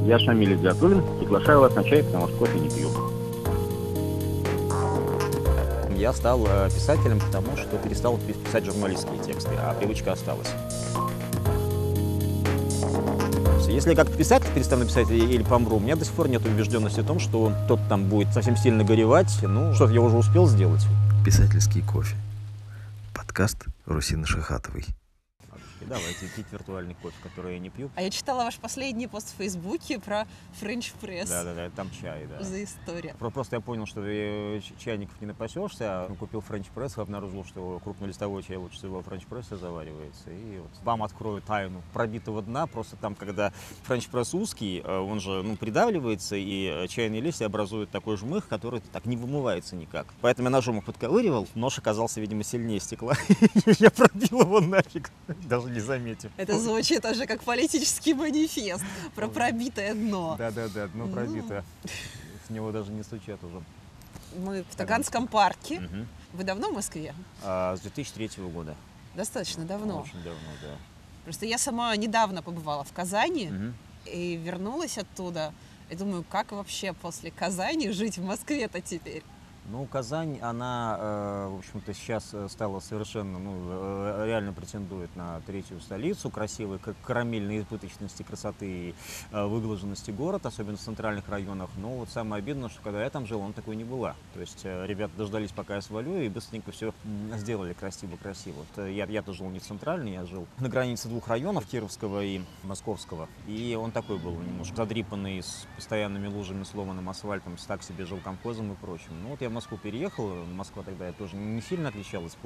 Я Шамиль Изятуллин, приглашаю вас на чай, потому что кофе не пью. Я стал писателем, потому что перестал писать журналистские тексты, а привычка осталась. Если я как писатель перестану писать или помру, у меня до сих пор нет убежденности в том, что кто-то там будет совсем сильно горевать. Ну, что-то я уже успел сделать. Писательский кофе. Подкаст Русины Шихатовой. Давайте пить виртуальный кофе, который я не пью. А я читала ваш последний пост в Фейсбуке про French Press. Да, там чай, да. За история. Просто я понял, что чайников не напасешься, а купил French Press и обнаружил, что крупнолистовой чай лучше всего в French Press заваривается. И вот вам открою тайну пробитого дна. Просто там, когда French Press узкий, он же придавливается, и чайные листья образуют такой жмых, который так не вымывается никак. Поэтому я ножом их подковыривал, нож оказался, видимо, сильнее стекла. Я пробил его нафиг, даже не заметив. Это звучит уже как политический манифест про пробитое дно. Да, дно пробито. С него даже не стучат уже. Мы в Таганском парке. Угу. Вы давно в Москве? С 2003 года. Достаточно давно. Очень давно, да. Просто я сама недавно побывала в Казани Угу. и вернулась оттуда. И думаю, как вообще после Казани жить в Москве-то теперь? Казань, она, в общем-то, сейчас стала совершенно, реально претендует на третью столицу. Красивой, карамельной избыточности, красоты и выглаженности город, особенно в центральных районах. Но вот самое обидное, что когда я там жил, он такой не была. То есть ребята дождались, пока я свалю, и быстренько все сделали красиво-красиво. Вот я-то жил не в центральной, я жил на границе двух районов, Кировского и Московского. И он такой был немножко задрипанный, с постоянными лужами, сломанным асфальтом, с так себе жилкомхозом и прочим. Вот я в Москву переехал, Москва тогда тоже не сильно отличалась.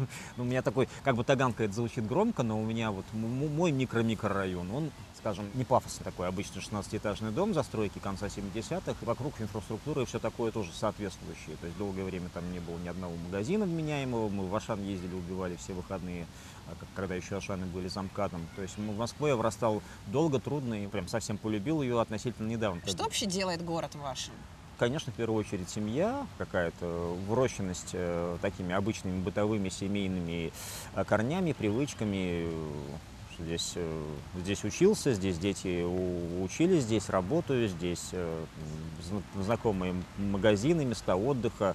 У меня такой, как бы Таганка, это звучит громко, но у меня вот мой микро-район, он, скажем, не пафосный такой, обычно 16-этажный дом застройки конца 70-х, вокруг инфраструктуры и все такое тоже соответствующее. То есть долгое время там не было ни одного магазина вменяемого, мы в Ашан ездили, убивали все выходные, когда еще Ашаны были замкадом. То есть в Москву я вырастал долго, трудно и прям совсем полюбил ее относительно недавно. Что вообще делает город ваш? Конечно, в первую очередь семья, какая-то врощенность такими обычными бытовыми семейными корнями, привычками. Здесь учился, здесь дети учились, здесь работаю, здесь знакомые магазины, места отдыха,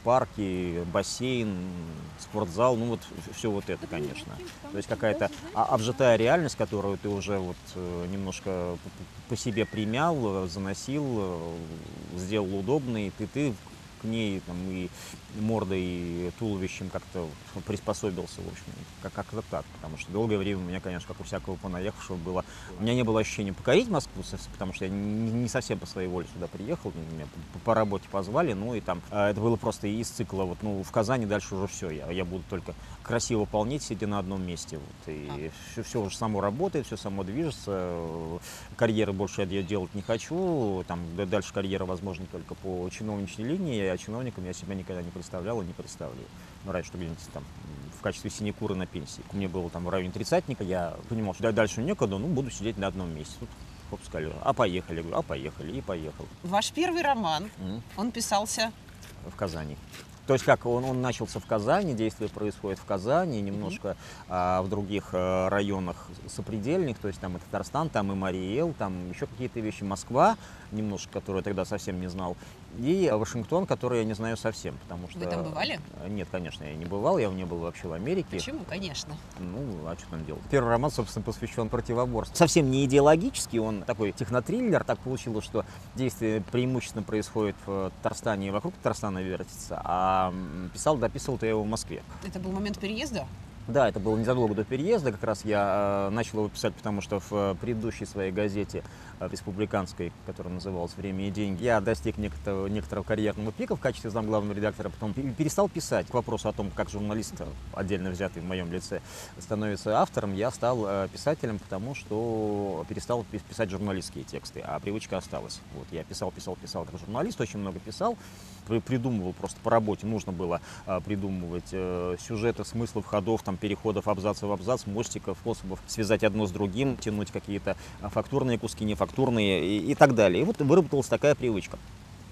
парки, бассейн, спортзал, все вот это, конечно. То есть какая-то обжитая реальность, которую ты уже немножко по себе примял, заносил, сделал удобной, ты к ней и мордой, и туловищем как-то приспособился, в общем, как-то так. Потому что долгое время у меня, конечно, как у всякого понаехавшего было. У меня не было ощущения покорить Москву, потому что я не совсем по своей воле сюда приехал, меня по работе позвали, и там это было просто из цикла, в Казани дальше уже все, я буду только красиво полнеть, сидя на одном месте, и все уже само работает, все само движется, карьеры больше я делать не хочу, там дальше карьера возможна только по чиновничьей линии, а чиновником я себя никогда не представлял и не представляю. Раньше, что где-нибудь там в качестве синекуры на пенсии. Мне было там в районе тридцатника, я понимал, что дальше некуда, буду сидеть на одном месте. Тут сказали, поехали, я говорю, поехали, и поехал. Ваш первый роман, он писался в Казани. То есть как он начался в Казани, действие происходит в Казани, немножко в других районах сопредельных, то есть там и Татарстан, там и Марий Эл, там еще какие-то вещи, Москва, немножко, которую я тогда совсем не знал, и Вашингтон, который я не знаю совсем, потому что... Вы там бывали? Нет, конечно, я не бывал, я не был вообще в Америке. Почему? Конечно. А что там делать? Первый роман, собственно, посвящен противоборству. Совсем не идеологический, он такой технотриллер, так получилось, что действие преимущественно происходит в Татарстане и вокруг Татарстана вертится, а дописывал-то я его в Москве. Это был момент переезда? Да, это было незадолго до переезда, как раз я начал его писать, потому что в предыдущей своей газете республиканской, которая называлась «Время и деньги», я достиг некоторого карьерного пика в качестве замглавного редактора, потом перестал писать. К вопросу о том, как журналист, отдельно взятый в моем лице, становится автором, я стал писателем, потому что перестал писать журналистские тексты, а привычка осталась. Я писал как журналист, очень много писал, придумывал просто по работе, нужно было придумывать сюжеты, смыслов, ходов, переходов абзаца в абзац, мостиков, способов связать одно с другим, тянуть какие-то фактурные куски, нефактурные и так далее. И выработалась такая привычка.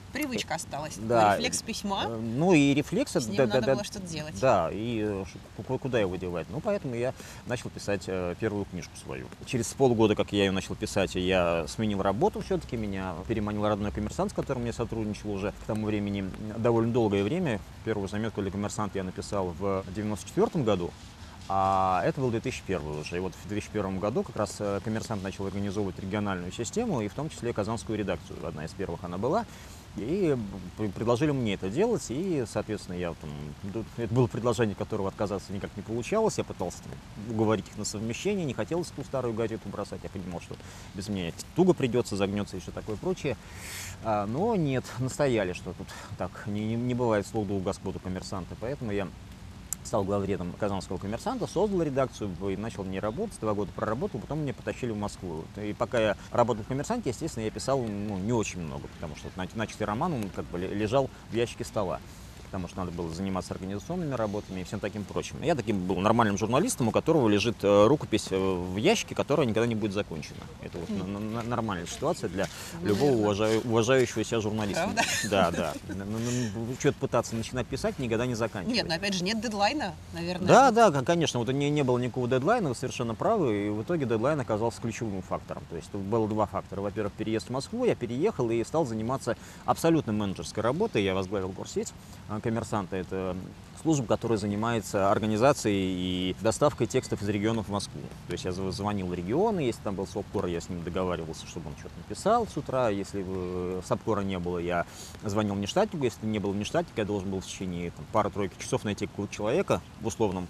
Привычка осталась. Да. Рефлекс письма. Ну и рефлекс. С ним надо было что-то делать. Да, и куда его девать? Ну, поэтому я начал писать первую книжку свою. Через полгода, как я ее начал писать, я сменил работу все-таки. Меня переманил родной «Коммерсант», с которым я сотрудничал уже к тому времени довольно долгое время. Первую заметку для «Коммерсанта» я написал в 1994 году. А это был 2001 уже. И вот в 2001 году как раз «Коммерсант» начал организовывать региональную систему, и в том числе казанскую редакцию. Одна из первых она была. И предложили мне это делать, и, соответственно, это было предложение, которого отказаться никак не получалось. Я пытался уговорить их на совмещение, не хотелось ту старую газету бросать. Я понимал, что без меня туго придется, загнется и все такое прочее. Но нет, настояли, что тут так не бывает слух двух господ у «Коммерсанта». Поэтому я стал главредом казанского «Коммерсанта», создал редакцию и начал в ней работать. 2 года проработал, потом меня потащили в Москву. И пока я работал в «Коммерсанте», естественно, я писал не очень много, потому что начатый роман, он как бы лежал в ящике стола, потому что надо было заниматься организационными работами и всем таким прочим. Я таким был нормальным журналистом, у которого лежит рукопись в ящике, которая никогда не будет закончена. Это вот нормальная ситуация для любого уважающего себя журналиста. Правда? Да, да. Что-то пытаться начинать писать, никогда не заканчивать. Нет, но опять же нет дедлайна, наверное. Да, да, конечно, вот не было никакого дедлайна, вы совершенно правы, и в итоге дедлайн оказался ключевым фактором. То есть было 2 фактора. Во-первых, переезд в Москву, я переехал и стал заниматься абсолютно менеджерской работой. Я возглавил горсеть «Коммерсанта». Это служба, которая занимается организацией и доставкой текстов из регионов в Москву. То есть я звонил в регионы, если там был СОПКОР, я с ним договаривался, чтобы он что-то написал с утра. Если СОПКОРа не было, я звонил внештатнику. Если не было внештатника, я должен был в течение пары-тройки часов найти какого-то человека в условном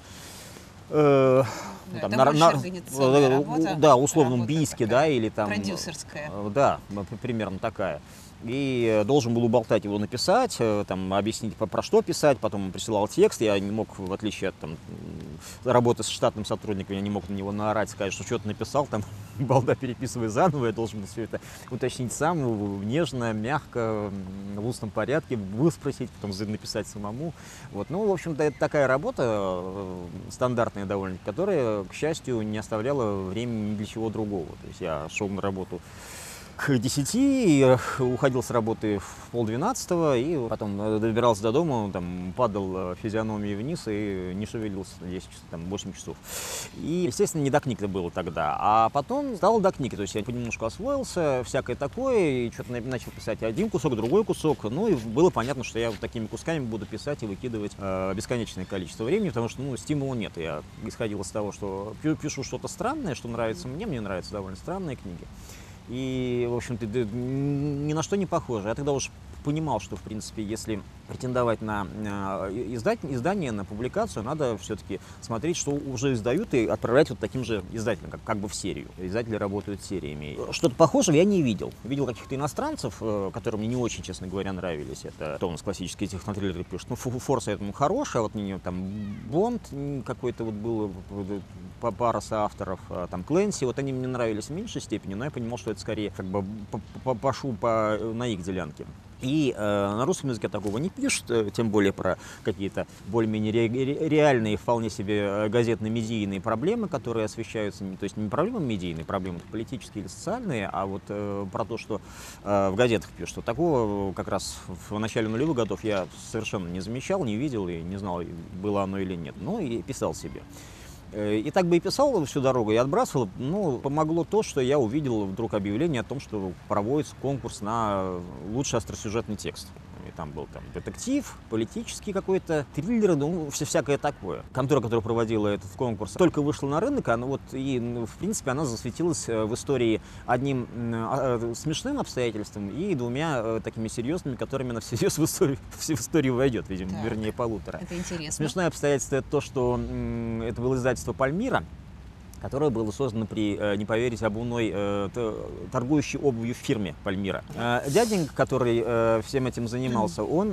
условном Бийске, да, или там... Продюсерская. Да, примерно такая. И должен был уболтать его написать, там, объяснить, про что писать, потом он присылал текст, я не мог, в отличие от работы с штатным сотрудником, я не мог на него наорать, сказать, что что-то написал, там, балда, переписывай заново, я должен был все это уточнить сам, нежно, мягко, в устном порядке, выспросить, потом написать самому. Вот. Ну, в общем-то, это такая работа, стандартная довольно, которая, к счастью, не оставляла времени ни для чего другого. То есть я шел на работу к 10, и уходил с работы в 11:30, и потом добирался до дома, там, падал физиономией вниз и не шевелился 8 часов. И, естественно, не до книг-то было тогда. А потом стало до книги, то есть я понемножку освоился, всякое такое, и что-то начал писать один кусок, другой кусок. Ну и было понятно, что я вот такими кусками буду писать и выкидывать бесконечное количество времени, потому что, стимула нет. Я исходил из того, что пишу что-то странное, что нравится мне нравятся довольно странные книги. И, в общем-то, ни на что не похоже. Я тогда уж понимал, что, в принципе, если претендовать на издание, на публикацию, надо все-таки смотреть, что уже издают, и отправлять вот таким же издателям, как бы в серию. Издатели работают сериями. Что-то похожего я не видел. Видел каких-то иностранцев, которые мне не очень, честно говоря, нравились. Это кто у нас классические технотриллеры пишут. Форс, я думаю, хороший, а вот мне там Бонд какой-то вот был, пара соавторов, там Кленси, вот они мне нравились в меньшей степени, но я понимал, что это скорее как бы пошу на их делянке. И на русском языке такого не пишут, тем более про какие-то более-менее реальные, вполне себе газетно-медийные проблемы, которые освещаются, то есть не проблемы медийные, проблемы политические или социальные, а вот про то, что в газетах пишут. Такого как раз в начале нулевых годов я совершенно не замечал, не видел и не знал, было оно или нет. Ну и писал себе. И так бы и писал всю дорогу, и отбрасывал. Ну, помогло то, что я увидел вдруг объявление о том, что проводится конкурс на лучший остросюжетный текст. И там был детектив, политический какой-то, триллер, всякое такое. Контора, которая проводила этот конкурс, только вышла на рынок, в принципе, она засветилась в истории одним смешным обстоятельством и 2 такими серьезными, которыми она всерьез в историю войдет, видимо, так, вернее, полутора. Это интересно. Смешное обстоятельство — это то, что это было издательство «Пальмира», которое было создано при, не поверите, обувной, торгующей обувью фирме «Пальмира». Дяденька, который всем этим занимался, он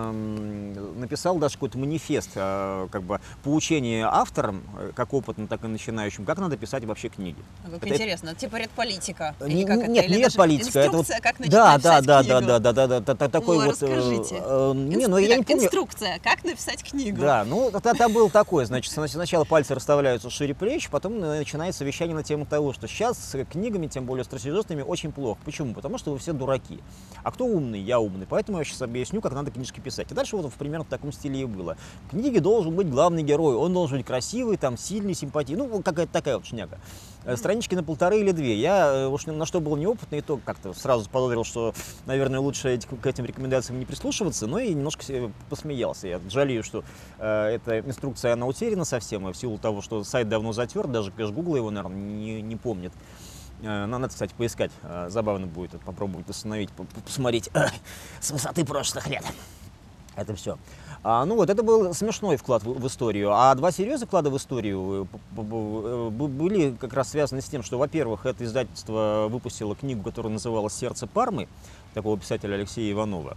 написал даже какой-то манифест, как бы поучение авторам, как опытным, так и начинающим, как надо писать вообще книги. Как интересно, типа редполитика? Нет, не редполитика. Инструкция, как начинать писать книгу? Да, такой вот. Расскажите. Я не помню. Инструкция, как написать книгу? Да, там был такой, значит, сначала пальцы расставляются шире плеч, потом начинается вещание на тему того, что сейчас с книгами, тем более стратегическими, очень плохо. Почему? Потому что вы все дураки. А кто умный? Я умный. Поэтому я сейчас объясню, как надо книжки писать. И дальше вот примерно в таком стиле и было. В книге должен быть главный герой. Он должен быть красивый, там, сильный, симпатичный. Ну, какая-то такая вот шняга. Странички на 1,5 или 2. Я уж на что был неопытный, и то как-то сразу подумал, что, наверное, лучше к этим рекомендациям не прислушиваться, но и немножко посмеялся. Я жалею, что эта инструкция, она утеряна совсем, и в силу того, что сайт давно затер, даже кэш Гугла его, наверное, не помнит. Надо, кстати, поискать. Забавно будет попробовать установить, посмотреть с высоты прошлых лет. Это все. Ну вот, это был смешной вклад в историю. А два серьезных вклада в историю были как раз связаны с тем, что, во-первых, это издательство выпустило книгу, которая называлась «Сердце Пармы», такого писателя Алексея Иванова.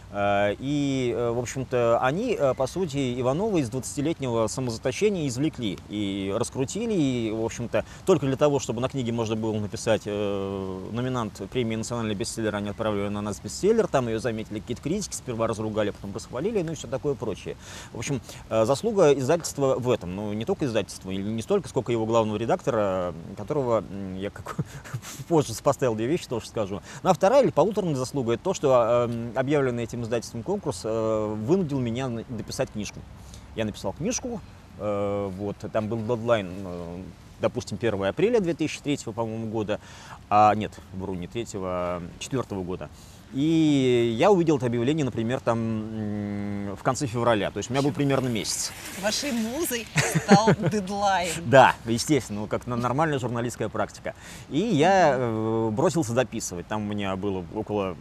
И, в общем-то, они, по сути, Иванова из 20-летнего самозаточения извлекли и раскрутили, и, в общем-то, только для того, чтобы на книге можно было написать номинант премии «Национальный бестселлер», они отправили на нас бестселлер, там ее заметили какие-то критики, сперва разругали, потом расхвалили, ну и все такое прочее. В общем, заслуга издательства в этом, ну, не только издательства, не столько, сколько его главного редактора, которого я позже сопоставил две вещи, тоже скажу. Ну, а вторая или полуторная заслуга — это то, что объявленный этим издательством конкурс вынудил меня дописать книжку. Я написал книжку, вот, там был дедлайн, допустим, 1 апреля 2003, по-моему, года, нет, вру, не 3, а 4 года. И я увидел это объявление, например, там в конце февраля, то есть у меня был примерно месяц. Вашей музой стал дедлайн. Да, естественно, как нормальная журналистская практика. И я бросился дописывать. Там у меня было около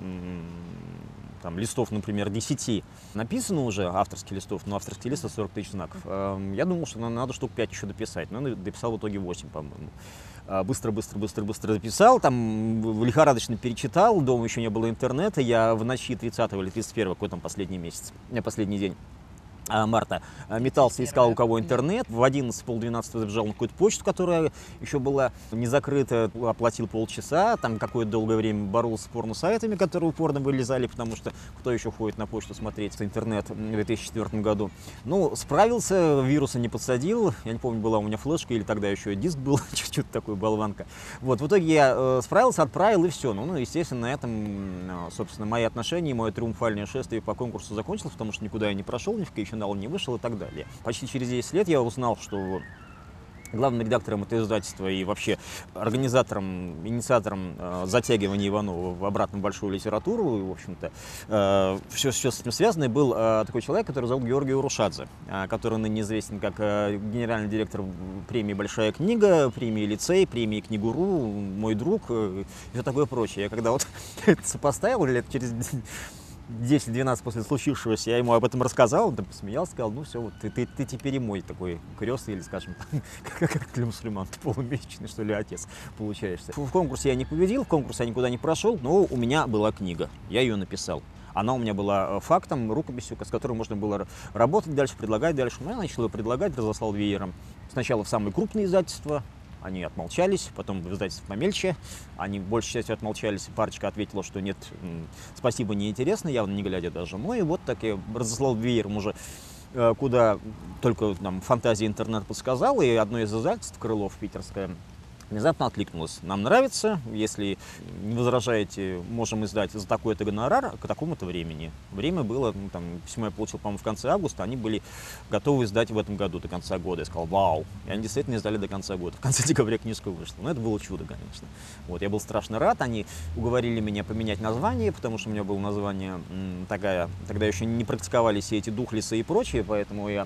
листов, например, 10 написано уже, авторских листов, но авторский лист — это 40 тысяч знаков. Я думал, что надо штук 5 еще дописать, но я дописал в итоге 8, по-моему. Быстро дописал, там лихорадочно перечитал, дома еще не было интернета, я в ночи 30 или 31, какой там последний месяц, последний день марта, метался, искал у кого интернет. В 11, полдвенадцатого забежал на какую-то почту, которая еще была не закрыта, оплатил полчаса, там какое-то долгое время боролся с порно-сайтами, которые упорно вылезали, потому что кто еще ходит на почту смотреть интернет в 2004 году. Ну, справился, вируса не подсадил, я не помню, была у меня флешка или тогда еще диск был, чуть-чуть такой болванка. Вот, в итоге я справился, отправил и все. Ну, естественно, на этом, собственно, мои отношения, мое триумфальное шествие по конкурсу закончилось, потому что никуда я не прошел, ни в какие финал не вышел и так далее. Почти через 10 лет я узнал, что главным редактором этого издательства и вообще организатором, инициатором затягивания Иванова обратно в большую литературу, и, в общем-то, все с этим связано, был такой человек, который зовут Георгий Урушадзе, который ныне известен как генеральный директор премии «Большая книга», премии «Лицей», премии «Книгу.ру», мой друг и все такое прочее. Я когда вот это сопоставил, лет через 10-12 после случившегося, я ему об этом рассказал, он там посмеялся, сказал: ну все, вот ты теперь и мой такой крестный, или, скажем, как для мусульман, ты полумесячный, что ли, отец получаешься. В конкурсе я не победил, в конкурсе я никуда не прошел, но у меня была книга, я ее написал. Она у меня была фактом, рукописью, с которой можно было работать дальше, предлагать дальше. Ну, я начал ее предлагать, разослал веером. Сначала в самые крупные издательства. Они отмолчались, потом в издательстве помельче, они большей частью отмолчались, парочка ответила, что нет, спасибо, неинтересно, явно не глядя даже. Ну и вот так я разослал веером уже, куда только нам фантазия интернет подсказала, и одно из издательств, Крылов, питерское, внезапно откликнулось: нам нравится, если не возражаете, можем издать за такой-то гонорар к такому-то времени. Время было, письмо я получил, по-моему, в конце августа, они были готовы издать в этом году, до конца года. Я сказал: вау! И они действительно издали до конца года. В конце декабря книжка вышла. Но это было чудо, конечно. Вот, я был страшно рад. Они уговорили меня поменять название, потому что у меня было название тогда еще не практиковали все эти духлисы и прочее, поэтому я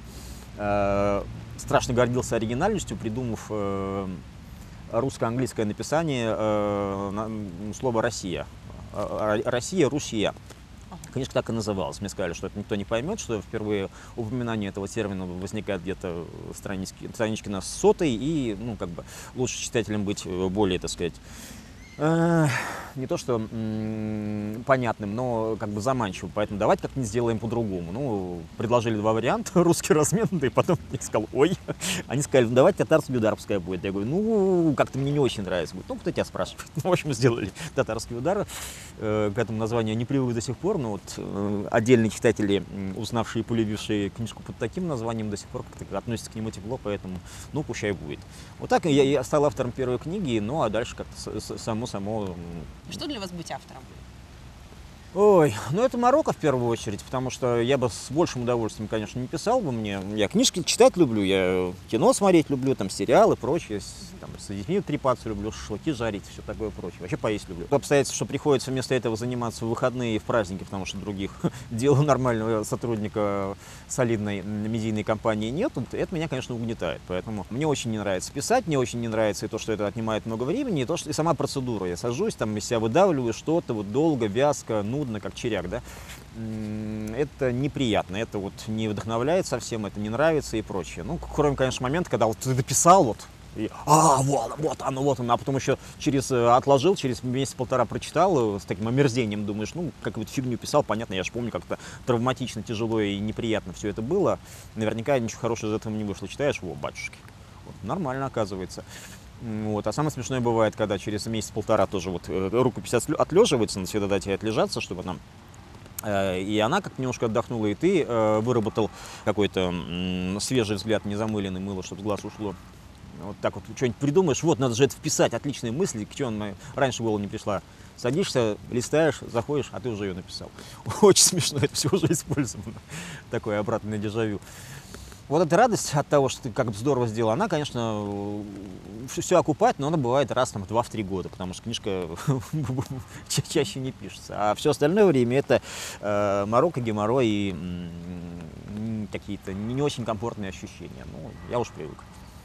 страшно гордился оригинальностью, придумав русско-английское написание слова «Россия». «Россия», «Русия». Книжка так и называлась. Мне сказали, что это никто не поймет, что впервые упоминание этого термина возникает где-то странички на 100-й, и, лучше читателям быть более, так сказать, не то что понятным, но как бы заманчивым. Поэтому давайте как-нибудь сделаем по-другому. Ну, предложили два варианта. Русский размен, да и потом я сказал, ой. Они сказали, ну давайте татарский удар пускай будет. Я говорю, ну, как-то мне не очень нравится. Говорю, ну, кто тебя спрашивает? Ну, в общем, сделали татарский удар. К этому названию я не привык до сих пор, но вот отдельные читатели, узнавшие и полюбившие книжку под таким названием, до сих пор как-то относятся к нему тепло, поэтому, ну, пущай будет. Вот так я стал автором первой книги, ну, а дальше как-то само. Что для вас быть автором? Ой, ну это Марокко в первую очередь, потому что я бы с большим удовольствием, конечно, не писал бы мне. Я книжки читать люблю, я кино смотреть люблю, там сериалы, прочее, там, с детьми трепаться люблю, шашлыки жарить, все такое прочее. Вообще поесть люблю. То обстоятельство, что приходится вместо этого заниматься в выходные и в праздники, потому что других дел нормального сотрудника солидной медийной компании нет, это меня, конечно, угнетает. Поэтому мне очень не нравится писать, мне очень не нравится и то, что это отнимает много времени, и то, что и сама процедура. Я сажусь, там из себя выдавливаю что-то, вот долго, вязко, нудно, как черяк, да, это неприятно, это вот не вдохновляет совсем, это не нравится и прочее. Ну, кроме, конечно, момента, когда вот ты дописал, вот, и, вот оно, а потом еще отложил, через месяц-полтора прочитал, с таким омерзением думаешь, ну, какую-то фигню писал, понятно, я же помню, как-то травматично, тяжело и неприятно все это было, наверняка ничего хорошего из этого не вышло, читаешь, во, батюшки, вот, нормально оказывается. Вот. А самое смешное бывает, когда через месяц-полтора тоже вот рукопись отлеживается, надо дать ей отлежаться, чтобы там и она как немножко отдохнула, и ты выработал какой-то свежий взгляд, незамыленный, мыло, чтобы с глаз ушло. Вот так вот что-нибудь придумаешь, вот, надо же это вписать, отличные мысли, к чему она раньше в голову не пришла. Садишься, листаешь, заходишь, а ты уже ее написал. Очень смешно, это все уже использовано. Такое обратное дежавю. Вот эта радость от того, что ты как бы здорово сделал, она, конечно, все окупает, но она бывает раз там 2-3 года, потому что книжка чаще не пишется. А все остальное время это морока, геморрой и какие-то не очень комфортные ощущения. Ну, я уж привык.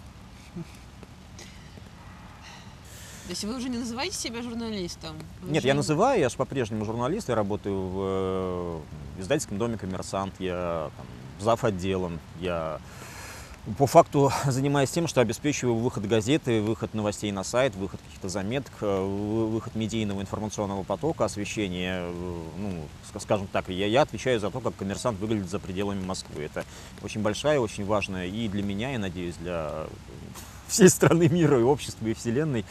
То есть вы уже не называете себя журналистом? Нет, я называю, я же по-прежнему журналист, я работаю в издательском доме «Коммерсант», я там зав. Отделом, я по факту занимаюсь тем, что обеспечиваю выход газеты, выход новостей на сайт, выход каких-то заметок, выход медийного информационного потока, освещение, ну, скажем так, я отвечаю за то, как «Коммерсант» выглядит за пределами Москвы. Это очень большая, очень важная и для меня, и, надеюсь, для всей страны, мира и общества, и вселенной,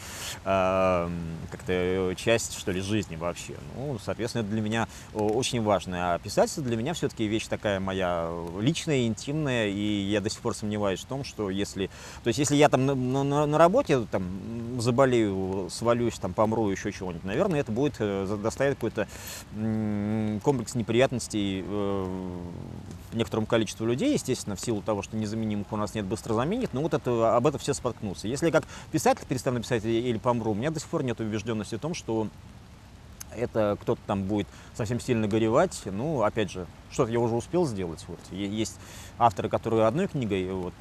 как-то часть, что ли, жизни вообще. Ну, соответственно, это для меня очень важно. А писательство для меня все-таки вещь такая моя личная, интимная, и я до сих пор сомневаюсь в том, что если... То есть, если я там на работе там заболею, свалюсь, там помру, еще чего-нибудь, наверное, это будет доставить какой-то комплекс неприятностей некоторому количеству людей, естественно, в силу того, что незаменимых у нас нет, быстро заменит, но вот это, об этом все споткнутся. Если я как писатель перестану писать или помру, у меня до сих пор нет убежденности в том, что это кто-то там будет совсем сильно горевать. Ну, опять же, что-то я уже успел сделать. Вот. Есть авторы, которые одной книгой вот,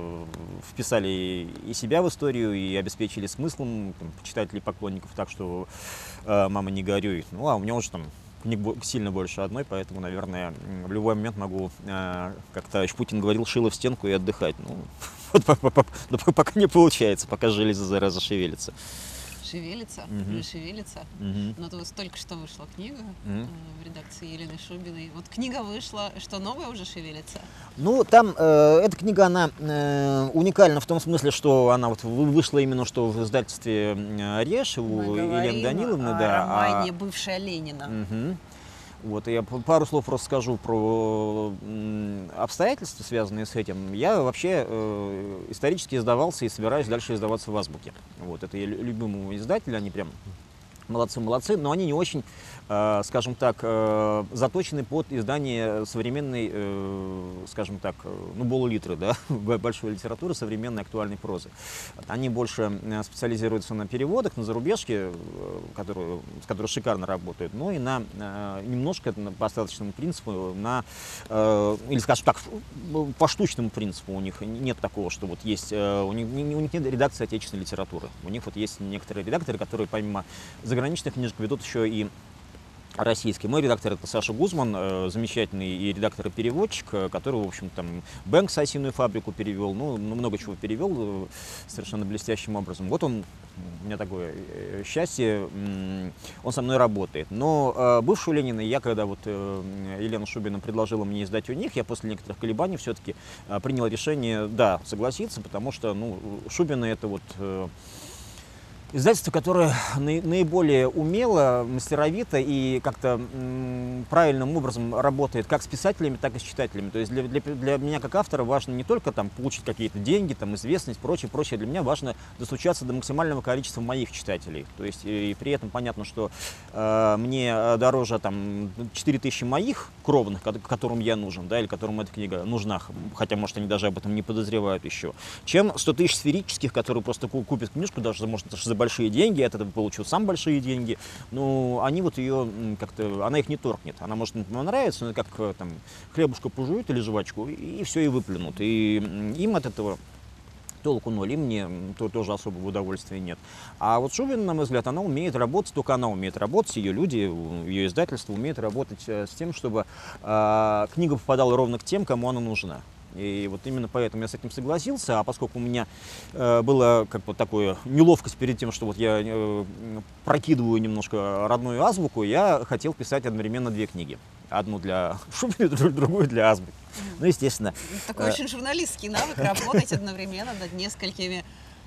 вписали и себя в историю, и обеспечили смыслом там, читателей, поклонников, так что «Мама, не горюй». Ну, а у меня уже там книг сильно больше одной, поэтому, наверное, в любой момент могу, как товарищ Путин говорил, шило в стенку и отдыхать. Ну, вот пока не получается, пока железо зараза шевелится. Шевелится, или шевелится. Но то вот только что вышла книга в редакции Елены Шубиной. Вот книга вышла, что новое уже шевелится? Ну, там эта книга, она уникальна в том смысле, что она вот вышла именно что в издательстве «Реш» у Елены Даниловны. О романе «Бывшая Ленина». Вот, я пару слов просто скажу про обстоятельства, связанные с этим. Я вообще исторически издавался и собираюсь дальше издаваться в «Азбуке». Вот, это я любимый издатель, они прям молодцы, но они не очень, скажем так, заточены под издание современной, скажем так, ну, боллитры, да, большой литературы, современной актуальной прозы. Они больше специализируются на переводах, на зарубежке, с которой шикарно работают, но и на немножко по остаточному принципу, или, скажем так, по штучному принципу у них нет такого, что вот есть, у них нет редакции отечественной литературы. У них вот есть некоторые редакторы, которые помимо заграничных книжек ведут еще и российской. Мой редактор — это Саша Гузман, замечательный и редактор, и переводчик, который, в общем, там Бэнкс «Осиную фабрику» перевел, ну, много чего перевел совершенно блестящим образом. Вот он, у меня такое счастье, он со мной работает. Но бывшую Ленина я, когда вот Елена Шубина предложила мне издать у них, я после некоторых колебаний все-таки принял решение, да, согласиться, потому что, ну, Шубина — это вот издательство, которое наиболее умело, мастеровито и как-то правильным образом работает как с писателями, так и с читателями. То есть для меня как автора важно не только там получить какие-то деньги, там, известность, прочее. Для меня важно достучаться до максимального количества моих читателей. То есть и при этом понятно, что мне дороже там 4000 моих кровных, которым я нужен, да, или которым эта книга нужна, хотя, может, они даже об этом не подозревают еще, чем 100 000 сферических, которые просто купят книжку, даже, может, за большие деньги, я от этого получу сам большие деньги, но они вот ее как-то, она их не торкнет. Она может им понравиться, но как там хлебушка пожуют или жвачку, и все, и выплюнут. И им от этого толку ноль, и мне тоже особого удовольствия нет. А вот Шубина, на мой взгляд, она умеет работать, только она умеет работать, ее люди, ее издательство умеет работать с тем, чтобы книга попадала ровно к тем, кому она нужна. И вот именно поэтому я с этим согласился, а поскольку у меня была как бы такая неловкость перед тем, что вот я прокидываю немножко родную азбуку, я хотел писать одновременно 2 книги. Одну для Шубина, другую для азбуки. Ну, естественно. Такой очень журналистский навык работать одновременно над несколькими.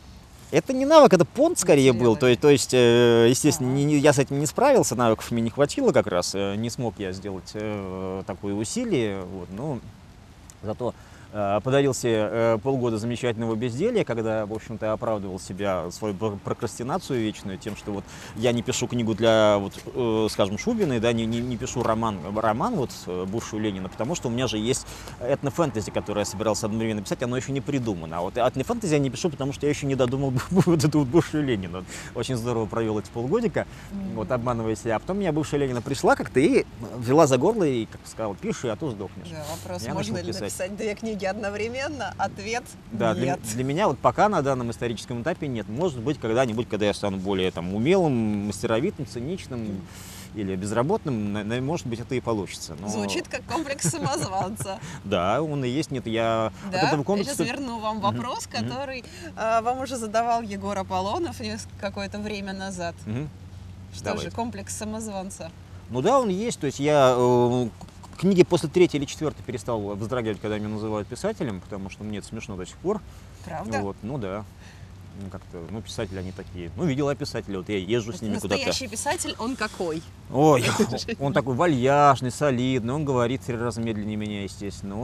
Это не навык, это понт скорее был. То есть естественно, я с этим не справился, навыков мне не хватило как раз. Не смог я сделать такое усилие. Вот, но зато подарил себе полгода замечательного безделья, когда, в общем-то, оправдывал себя, свою прокрастинацию вечную тем, что вот я не пишу книгу для, вот, скажем, Шубиной, да, не пишу роман вот бывшую Ленина, потому что у меня же есть этнофэнтези, которое я собирался одновременно писать, оно еще не придумано. А вот этнофэнтези я не пишу, потому что я еще не додумал вот эту вот бывшую Ленину. Очень здорово провел эти полгодика, вот, обманывая себя. А потом меня бывшая Ленина пришла как-то и взяла за горло и, как сказала, пиши, а то сдохнешь. Да, вопрос, можно ли написать 2 книги одновременно? Ответ да, нет. Для меня вот пока на данном историческом этапе нет. Может быть, когда-нибудь, когда я стану более там умелым, мастеровитым, циничным или безработным, может быть, это и получится. Но... Звучит как комплекс самозванца. Да, он и есть. Нет, я от этого комплекса... Я сейчас верну вам вопрос, который вам уже задавал Егор Аполлонов какое-то время назад. Что же, комплекс самозванца? Ну да, он есть. То есть я... Книги после 3-й или 4-й перестал вздрагивать, когда меня называют писателем, потому что мне это смешно до сих пор. Правда? Вот, ну да. Как-то, ну, писатели они такие. Ну, видела писателей, вот я езжу с ними куда-то. Настоящий писатель, он какой? Ой, он такой вальяжный, солидный, он говорит 3 раза медленнее меня, естественно.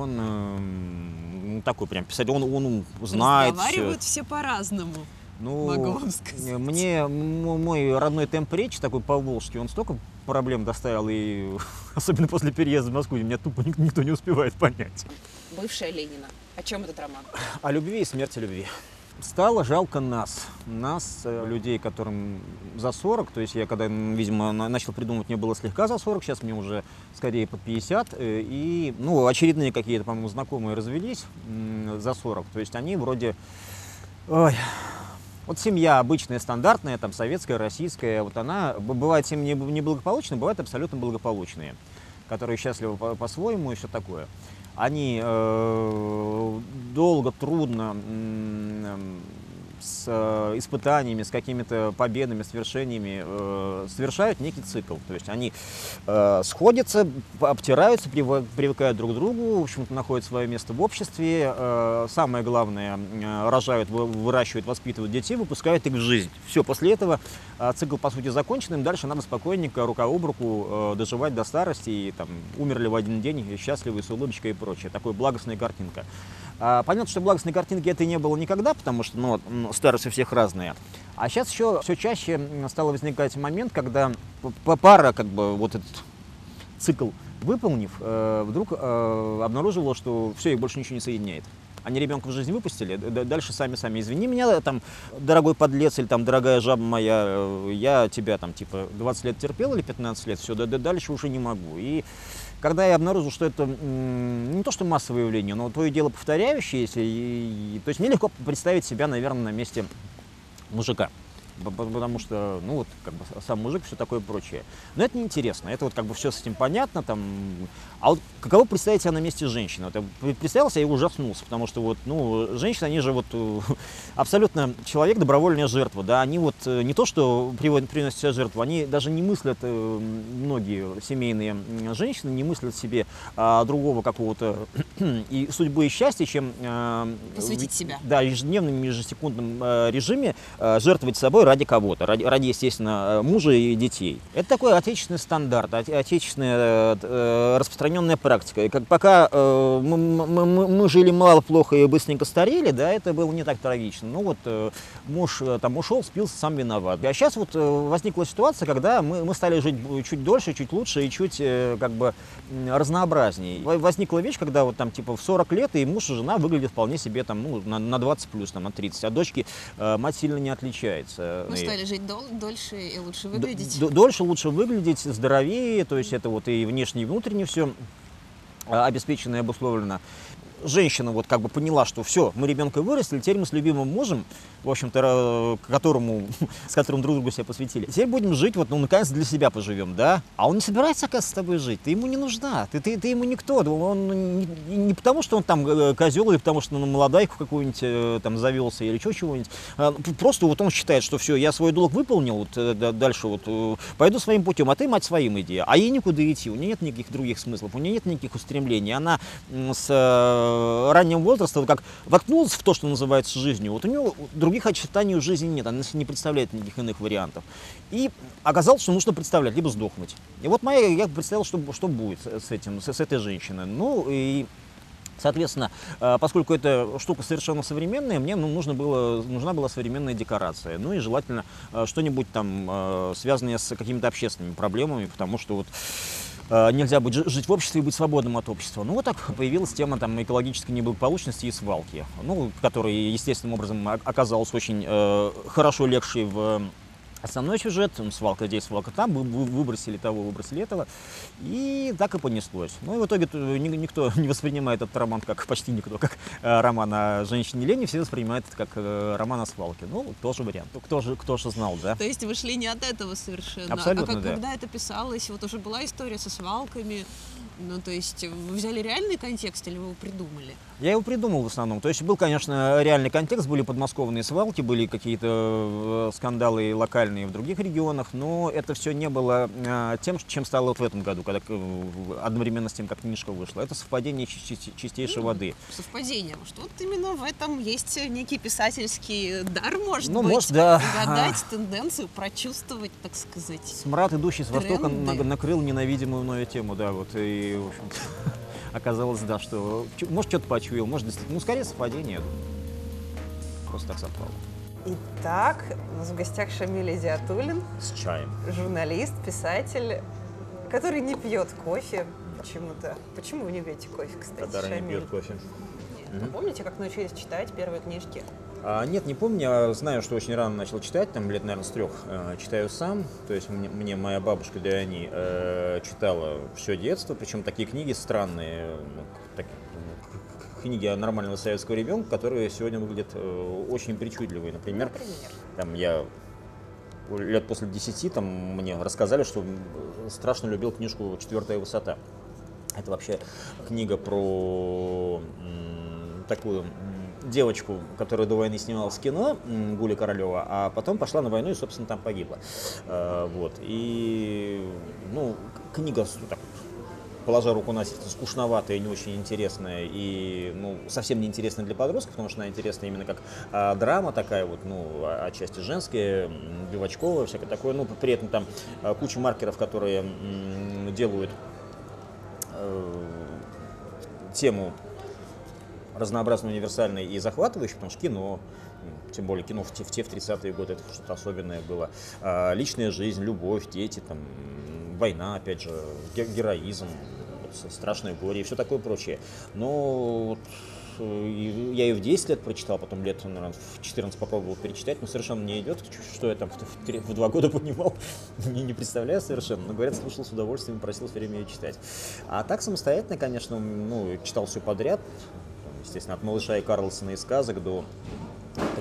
Он такой прям писатель, он знает. Разговаривают все по-разному. Ну, могу вам сказать. Мне мой родной темп речи, такой поволжский, он столько проблем доставил, и особенно после переезда в Москву, меня тупо никто не успевает понять. Бывшая Ленина. О чем этот роман? О любви и смерти любви. Стало жалко нас, людей, которым за 40, то есть я когда, видимо, начал придумывать, мне было слегка за 40, сейчас мне уже скорее под 50, и, ну, очередные какие-то, по-моему, знакомые развелись за 40, то есть они вроде, ой, вот семья обычная, стандартная, там, советская, российская, вот она, бывает семьи неблагополучные, бывают абсолютно благополучные, которые счастливы по-своему и все такое. Они долго, трудно, с испытаниями, с какими-то победами, свершениями совершают некий цикл. То есть они сходятся, обтираются, привыкают друг к другу, в общем-то, находят свое место в обществе. Самое главное, рожают, выращивают, воспитывают детей, выпускают их в жизнь. Все, после этого цикл, по сути, закончен, им дальше надо спокойненько, рука об руку доживать до старости, и там умерли в один день, счастливые, с улыбочкой и прочее. Такая благостная картинка. Понятно, что благостной картинки это не было никогда, потому что, ну, старость у всех разная. А сейчас еще все чаще стал возникать момент, когда пара, как бы, вот этот цикл выполнив, вдруг обнаружила, что все, их больше ничего не соединяет. Они ребенка в жизнь выпустили, дальше сами, извини меня, там, дорогой подлец, или там, дорогая жаба моя, я тебя там, типа, 20 лет терпел или 15 лет, все, дальше уже не могу. И когда я обнаружил, что это не то, что массовое явление, но то и дело повторяющееся, то есть мне легко представить себя, наверное, на месте мужика. потому что, ну вот, как бы сам мужик, все такое прочее. Но это неинтересно, это вот как бы все с этим понятно, там. А вот каково представить себя на месте женщины? Вот я представил себя и ужаснулся, потому что вот, ну, женщины, они же вот абсолютно человек, добровольная жертва, да, они вот не то, что приносят себя жертву, они даже не мыслят, многие семейные женщины не мыслят себе другого какого-то и судьбы и счастья, чем посвятить себя. Да, ежедневном, ежесекундном режиме жертвовать собой ради кого-то, ради, естественно, мужа и детей. Это такой отечественный стандарт, отечественная распространенная практика. И как пока мы жили мало, плохо и быстренько старели, да, это было не так трагично. Ну вот муж там ушел, спился, сам виноват. А сейчас вот возникла ситуация, когда мы стали жить чуть дольше, чуть лучше и чуть как бы разнообразнее. Возникла вещь, когда вот там типа в 40 лет и муж и жена выглядят вполне себе там, ну, на 20 плюс, там, на 30, а дочки мать сильно не отличается. Мы стали жить дольше и лучше выглядеть. Дольше, лучше выглядеть, здоровее, то есть это вот и внешне, и внутренне все обеспечено и обусловлено. Женщина вот как бы поняла, что все, мы ребенка вырастили, теперь мы с любимым мужем, в общем-то, с которым друг другу себя посвятили, теперь будем жить, вот, ну, наконец, для себя поживем, да? А он не собирается, оказывается, с тобой жить, ты ему не нужна, ты ему никто, он не потому, что он там козел, или потому, что он молодайку какую-нибудь там завелся, или чего-нибудь, просто вот он считает, что все, я свой долг выполнил, вот, дальше вот пойду своим путем, а ты, мать, своим иди, а ей никуда идти, у нее нет никаких других смыслов, у нее нет никаких устремлений, она с раннего возраста, вот как воткнулась в то, что называется жизнью, вот у нее других очертаний в жизни нет, она не представляет никаких иных вариантов. И оказалось, что нужно представлять, либо сдохнуть. И вот я представил, что будет с этой женщиной. Ну и, соответственно, поскольку эта штука совершенно современная, мне нужна была современная декорация. Ну и желательно что-нибудь там связанное с какими-то общественными проблемами, потому что вот нельзя будет жить в обществе и быть свободным от общества. Ну вот так появилась тема там экологической неблагополучности и свалки, ну, которая естественным образом оказалась очень хорошо легшей в основной сюжет. Свалка здесь, свалка там, выбросили того, выбросили этого, и так и понеслось. Ну и в итоге никто не воспринимает этот роман, почти никто, как роман о женщине лени, все воспринимают это как роман о свалке. Ну, тоже вариант. Кто же знал, да? То есть вы шли не от этого совершенно. Абсолютно, да. Когда это писалось, вот уже была история со свалками, ну, то есть вы взяли реальный контекст или вы его придумали? Я его придумал в основном. То есть был, конечно, реальный контекст, были подмосковные свалки, были какие-то скандалы локальные в других регионах, но это все не было тем, чем стало вот в этом году, когда одновременно с тем, как книжка вышла. Это совпадение чистейшей воды. Совпадение. Что вот именно в этом есть некий писательский дар, может быть? Может, да. Угадать тенденцию, прочувствовать, так сказать. Смрад, идущий с востока, накрыл ненавидимую мною тему, да, вот, и, в общем-то, оказалось, да, что, может, что-то почуял, может, действительно, ну, скорее совпадение, просто так совпало. Итак, у нас в гостях Шамиль Изиатуллин. С чаем. Журналист, писатель, который не пьет кофе почему-то. Почему вы не пьете кофе, кстати, Который Шамиль? не пьет кофе. Нет. Вы помните, как научились читать первые книжки? Нет, не помню. Я знаю, что очень рано начал читать, там лет, наверное, с 3 читаю сам. То есть мне моя бабушка Дряни читала все детство, причем такие книги странные, книги нормального советского ребенка, которые сегодня выглядят очень причудливые. Например, там я лет после 10 там, мне рассказали, что страшно любил книжку «Четвертая высота». Это вообще книга про такую девочку, которая до войны снималась в кино, Гуля Королева, а потом пошла на войну и, собственно, там погибла. Вот. И, ну, книга, так, положа руку на сердце, скучноватая, не очень интересная и, ну, совсем не интересная для подростков, потому что она интересна именно как драма такая вот, ну, отчасти женская, девочковая, всякое такое, ну, при этом там куча маркеров, которые делают тему разнообразно универсальной и захватывающей, потому что кино, тем более кино в те 30-е годы, это что-то особенное было. Личная жизнь, любовь, дети, там, война, опять же, героизм, страшное горе и все такое прочее. Но я ее в 10 лет прочитал, потом лет, наверное, в 14 попробовал перечитать, но совершенно не идет. Что я там в 2 года понимал, не представляю совершенно. Но, говорят, слушал с удовольствием и просил все время ее читать. А так самостоятельно, конечно, ну, читал все подряд. Естественно, от «Малыша и Карлсона» и сказок до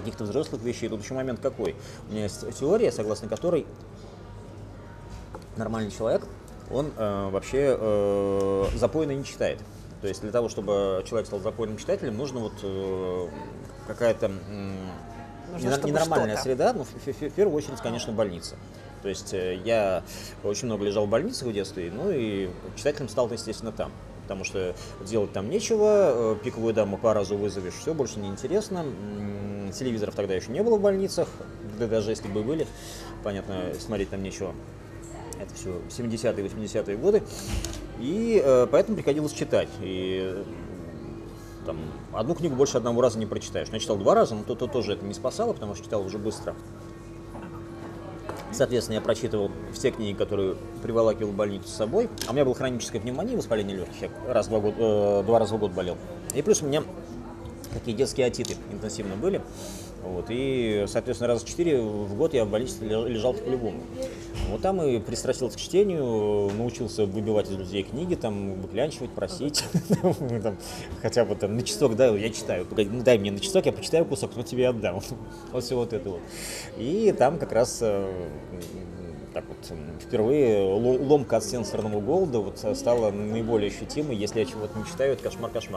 каких-то взрослых вещей. Тут еще момент какой. У меня есть теория, согласно которой нормальный человек, он вообще запойно не читает. То есть для того, чтобы человек стал запойным читателем, нужно вот какая-то ненормальная среда, но в первую очередь, конечно, больница. То есть я очень много лежал в больницах в детстве, ну и читателем стал, естественно, там. Потому что делать там нечего, пиковую даму по разу вызовешь, все, больше не интересно. Телевизоров тогда еще не было в больницах, да даже если бы были, понятно, смотреть там нечего. Это все 70-е, 80-е годы. И поэтому приходилось читать. И там, одну книгу больше одного раза не прочитаешь. Я читал 2 раза, но то тоже это не спасало, потому что читал уже быстро. Соответственно, я прочитывал все книги, которые приволакивал в больницу с собой. А у меня была хроническая пневмония, воспаление легких. Я 2 раза в год болел. И плюс у меня такие детские отиты интенсивно были. Вот, и, соответственно, раза 4 в год я в больнице лежал по-любому. Вот там и пристрастился к чтению, научился выбивать из людей книги, там, выклянчивать, просить. Хотя бы там на часок, да, я читаю. Ну, дай мне на часок, я почитаю кусок, но тебе отдам. Вот все вот это вот. И там как раз так вот впервые ломка от сенсорного голода вот стала наиболее ощутимой. Если я чего-то не читаю, это кошмар-кошмар.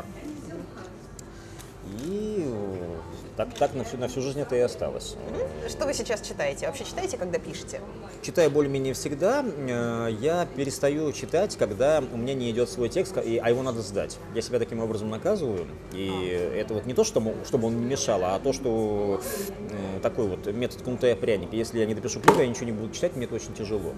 И так на всю жизнь это и осталось. Что вы сейчас читаете? Вообще читаете, когда пишете? Читаю более-менее всегда. Я перестаю читать, когда у меня не идет свой текст, а его надо сдать. Я себя таким образом наказываю. И это вот не то, чтобы он не мешал, а то, что такой вот метод кнута и пряника. Если я не допишу книгу, я ничего не буду читать, мне это очень тяжело.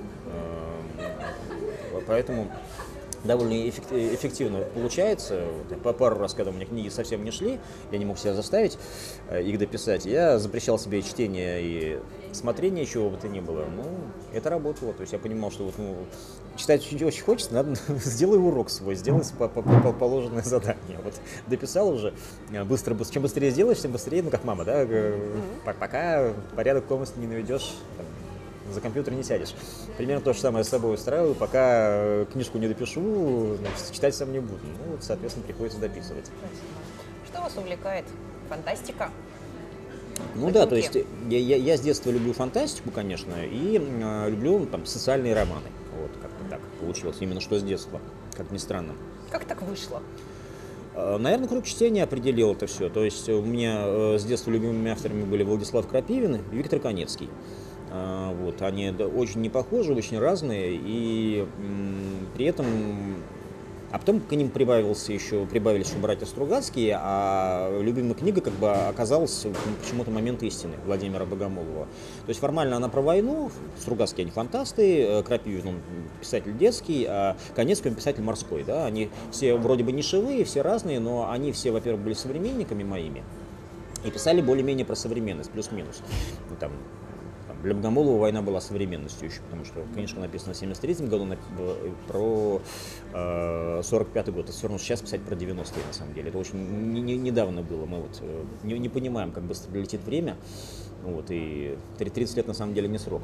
Поэтому довольно эффективно получается. По пару раз, когда у меня книги совсем не шли, я не мог себя заставить их дописать, я запрещал себе чтение и смотрение, чего бы то ни было. Ну, это работало. То есть я понимал, что вот, читать очень хочется, надо сделай урок свой, сделай положенное задание. Вот дописал уже, быстро. Чем быстрее сделаешь, тем быстрее, как мама, да, пока порядок в комнате не наведешь, за компьютер не сядешь. Примерно то же самое с собой устраиваю, пока книжку не допишу, значит, читать сам не буду. Ну, вот, соответственно, приходится дописывать. Что вас увлекает? Фантастика? Ну да, то есть я с детства люблю фантастику, конечно, и люблю там социальные романы. Вот как-то так получилось, именно что с детства, как ни странно. Как так вышло? Наверное, круг чтения определил это все. То есть у меня с детства любимыми авторами были Владислав Крапивин и Виктор Конецкий. Вот, они очень не похожи, очень разные, и при этом... А потом к ним прибавились еще братья Стругацкие, а любимая книга как бы оказалась почему-то «Момент истины» Владимира Богомолова. То есть формально она про войну, Стругацкие они фантасты, Крапивин он писатель детский, а Конецкий он писатель морской. Да? Они все вроде бы нишевые, все разные, но они все, во-первых, были современниками моими и писали более-менее про современность, плюс-минус. Там, для Богомолова война была современностью еще, потому что книжка написана в 1973 году про 1945 год. Это все равно сейчас писать про 90-е на самом деле. Это очень недавно было. Мы вот не понимаем, как быстро летит время. Вот, и 30 лет на самом деле не срок.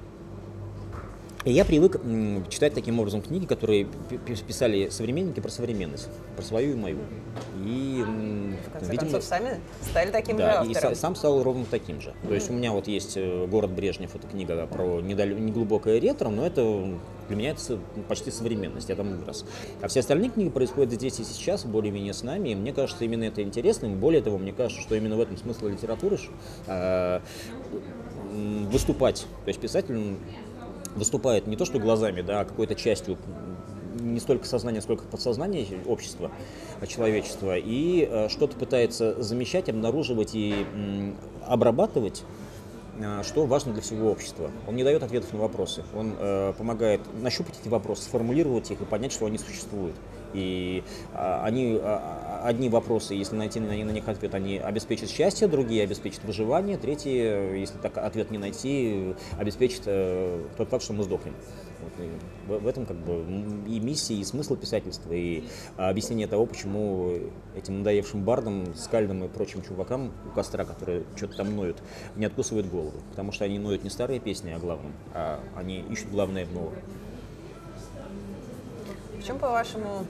И я привык читать таким образом книги, которые писали современники про современность, про свою и мою. И, в конце концов, сами стали таким же автором. Да, и сам стал ровно таким же. То есть у меня вот есть «Город Брежнев», это книга про неглубокое ретро, но это для меня это почти современность, я там вырос. А все остальные книги происходят здесь и сейчас, более-менее с нами, и мне кажется, именно это интересно. И более того, мне кажется, что именно в этом смысл литературы выступать. То есть писатель выступает не то что глазами, да, а какой-то частью, не столько сознания, сколько подсознания общества, человечества, и что-то пытается замещать, обнаруживать и обрабатывать, что важно для всего общества. Он не дает ответов на вопросы, он помогает нащупать эти вопросы, сформулировать их и понять, что они существуют. И одни вопросы, если найти на них ответ, они обеспечат счастье, другие обеспечат выживание, третьи, если так ответ не найти, обеспечат тот факт, что мы сдохнем. Вот, в этом как бы и миссия, и смысл писательства, и объяснение того, почему этим надоевшим бардам, скальдам и прочим чувакам у костра, которые что-то там ноют, не откусывают голову. Потому что они ноют не старые песни о главном, а они ищут главное в новом. В чем, по-вашему,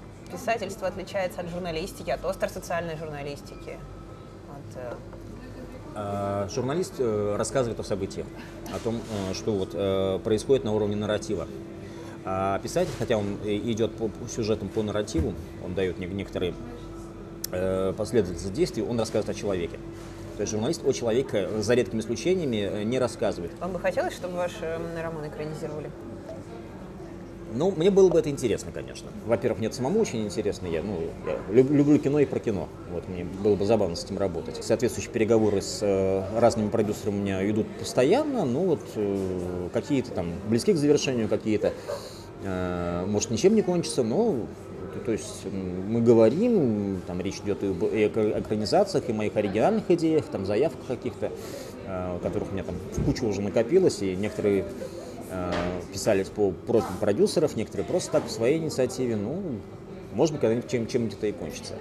писательство отличается от журналистики, от остросоциальной журналистики, от Журналист рассказывает о событиях, о том, что вот происходит на уровне нарратива. А писатель, хотя он идет по сюжетам, по нарративу, он дает некоторые последовательности действий, он рассказывает о человеке. То есть журналист о человеке, за редкими исключениями, не рассказывает. Вам бы хотелось, чтобы ваш роман экранизировали? Ну, мне было бы это интересно, конечно. Во-первых, мне это самому очень интересно. Я люблю кино и про кино. Вот, мне было бы забавно с этим работать. Соответствующие переговоры с разными продюсерами у меня идут постоянно. Ну, вот какие-то там близки к завершению, какие-то, может, ничем не кончатся, но... То есть мы говорим, там речь идет и об экранизациях, и моих оригинальных идеях, там заявках каких-то, которых у меня там в кучу уже накопилось, и некоторые писались по просьбам продюсеров, некоторые просто так, по своей инициативе. Ну, может быть, когда-нибудь чем-нибудь это и кончится.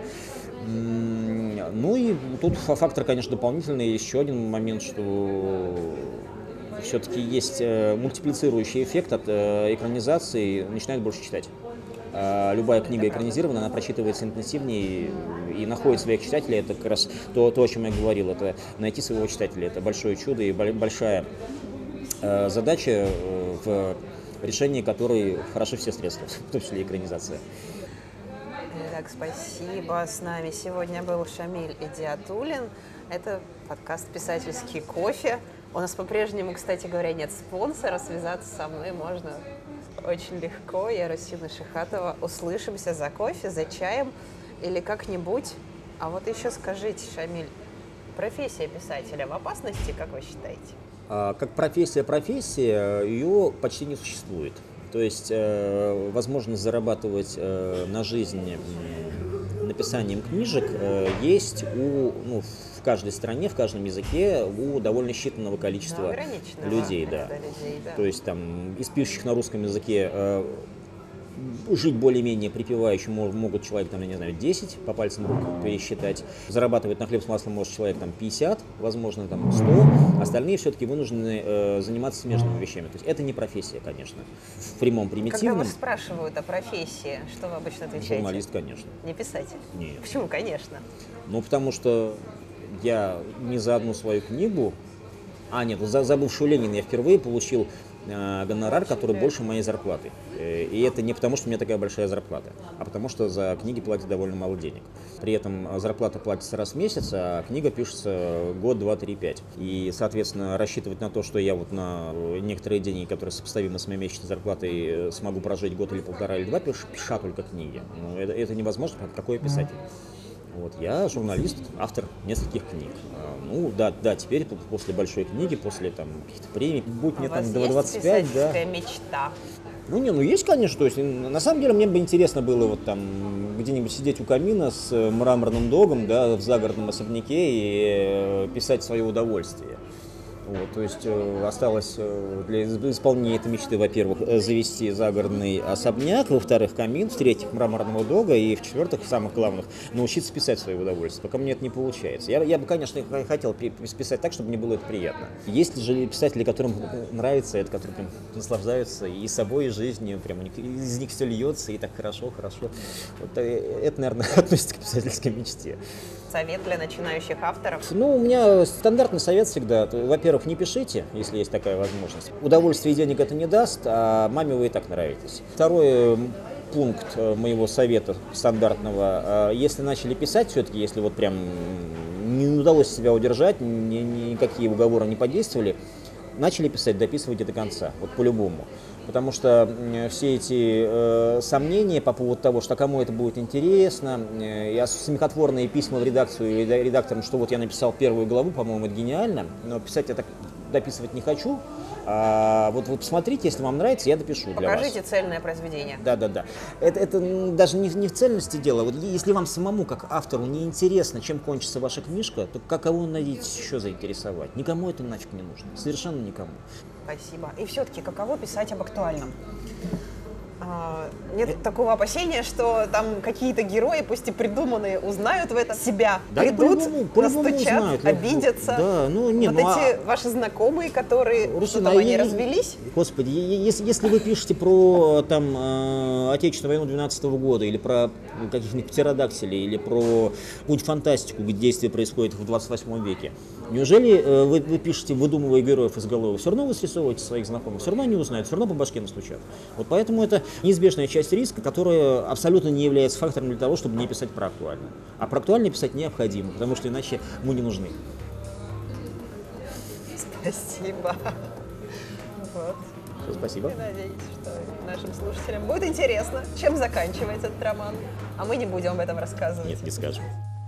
Ну и тут фактор, конечно, дополнительный. Еще один момент, что все-таки есть мультиплицирующий эффект от экранизации, начинают больше читать. Любая книга экранизирована, она прочитывается интенсивнее и находит своих читателей. Это как раз то, о чем я говорил, это найти своего читателя. Это большое чудо и большая задача, в решении которой хороши все средства, в том числе и экранизация. Так, спасибо. С нами сегодня был Шамиль Идиатуллин. Это подкаст «Писательский кофе». У нас по-прежнему, кстати говоря, нет спонсора. Связаться со мной можно очень легко. Я Русина Шихатова. Услышимся за кофе, за чаем или как-нибудь. А вот еще скажите, Шамиль, профессия писателя в опасности, как вы считаете? Как профессия, ее почти не существует. То есть возможность зарабатывать на жизнь написанием книжек есть в каждой стране, в каждом языке у довольно считанного количества людей. Да. То есть там из пишущих на русском языке жить более-менее припевающе могут человек, там, я не знаю, 10 по пальцам рук пересчитать. Зарабатывать на хлеб с маслом может человек там 50, возможно, там 100. Остальные все-таки вынуждены заниматься смежными вещами. То есть это не профессия, конечно, в прямом примитивном. Когда вас спрашивают о профессии, что вы обычно отвечаете? Журналист, конечно. Не писатель? Нет. Почему, конечно? Ну, потому что я не за одну свою книгу, за «Бывшую Ленина» я впервые получил гонорар, который больше моей зарплаты. И это не потому, что у меня такая большая зарплата, а потому что за книги платят довольно мало денег. При этом зарплата платится раз в месяц, а книга пишется год, 2, 3, 5. И, соответственно, рассчитывать на то, что я вот на некоторые деньги, которые сопоставимы с моей месячной зарплатой, смогу прожить год или полтора или два, пиша только книги. Ну, это невозможно, какой я писатель. Вот, я журналист, автор нескольких книг. Ну да, теперь после большой книги, после там каких-то премий, будь мне там 25, да. Мечта? Есть, конечно. То есть, на самом деле, мне бы интересно было вот там где-нибудь сидеть у камина с мраморным догом, да, в загородном особняке и писать в свое удовольствие. Вот, то есть осталось для исполнения этой мечты, во-первых, завести загородный особняк, во-вторых, камин, в-третьих, мраморного дога и, в-четвертых, самых главных, научиться писать в свое удовольствие. Пока мне это не получается. Я бы, конечно, хотел писать так, чтобы мне было это приятно. Есть же писатели, которым нравится это, которые прям наслаждаются и собой, и жизнью, прям из них все льется, и так хорошо. Вот, это, наверное, относится к писательской мечте. Совет для начинающих авторов? У меня стандартный совет всегда. Во-первых, не пишите, если есть такая возможность. Удовольствия и денег это не даст, а маме вы и так нравитесь. Второй пункт моего совета стандартного. Если начали писать, все-таки, если вот прям не удалось себя удержать, никакие уговоры не подействовали, начали писать, дописывайте до конца, вот по-любому. Потому что все эти сомнения по поводу того, что кому это будет интересно, и смехотворные письма в редакцию или редакторам, что вот я написал первую главу, по-моему, это гениально, но писать я так дописывать не хочу. А вот вы посмотрите, если вам нравится, я допишу для вас. Покажите цельное произведение. Да. Это даже не в цельности дела. Вот если вам самому, как автору, не интересно, чем кончится ваша книжка, то кого надеетесь еще заинтересовать? Никому это нафиг не нужно. Совершенно никому. Спасибо. И все-таки, каково писать об актуальном? Нет такого опасения, что там какие-то герои, пусть и придуманные, узнают в этом себя, да, придут, по-любому настучат, узнают. обидятся. Да, эти ваши знакомые, которые Русина, они развелись. Господи, если вы пишете про Отечественную войну 12 года, или про каких-нибудь птеродактилей, или про какую-нибудь фантастику, где действие происходит в 28 веке, Неужели вы пишете, выдумывая героев из головы, все равно вы срисовываете своих знакомых, все равно они узнают, все равно по башке настучат. Вот поэтому это неизбежная часть риска, которая абсолютно не является фактором для того, чтобы не писать про актуальное. А про актуальное писать необходимо, потому что иначе мы не нужны. Спасибо. Вот. Все, спасибо. Я надеюсь, что нашим слушателям будет интересно, чем заканчивается этот роман. А мы не будем об этом рассказывать. Нет, не скажем.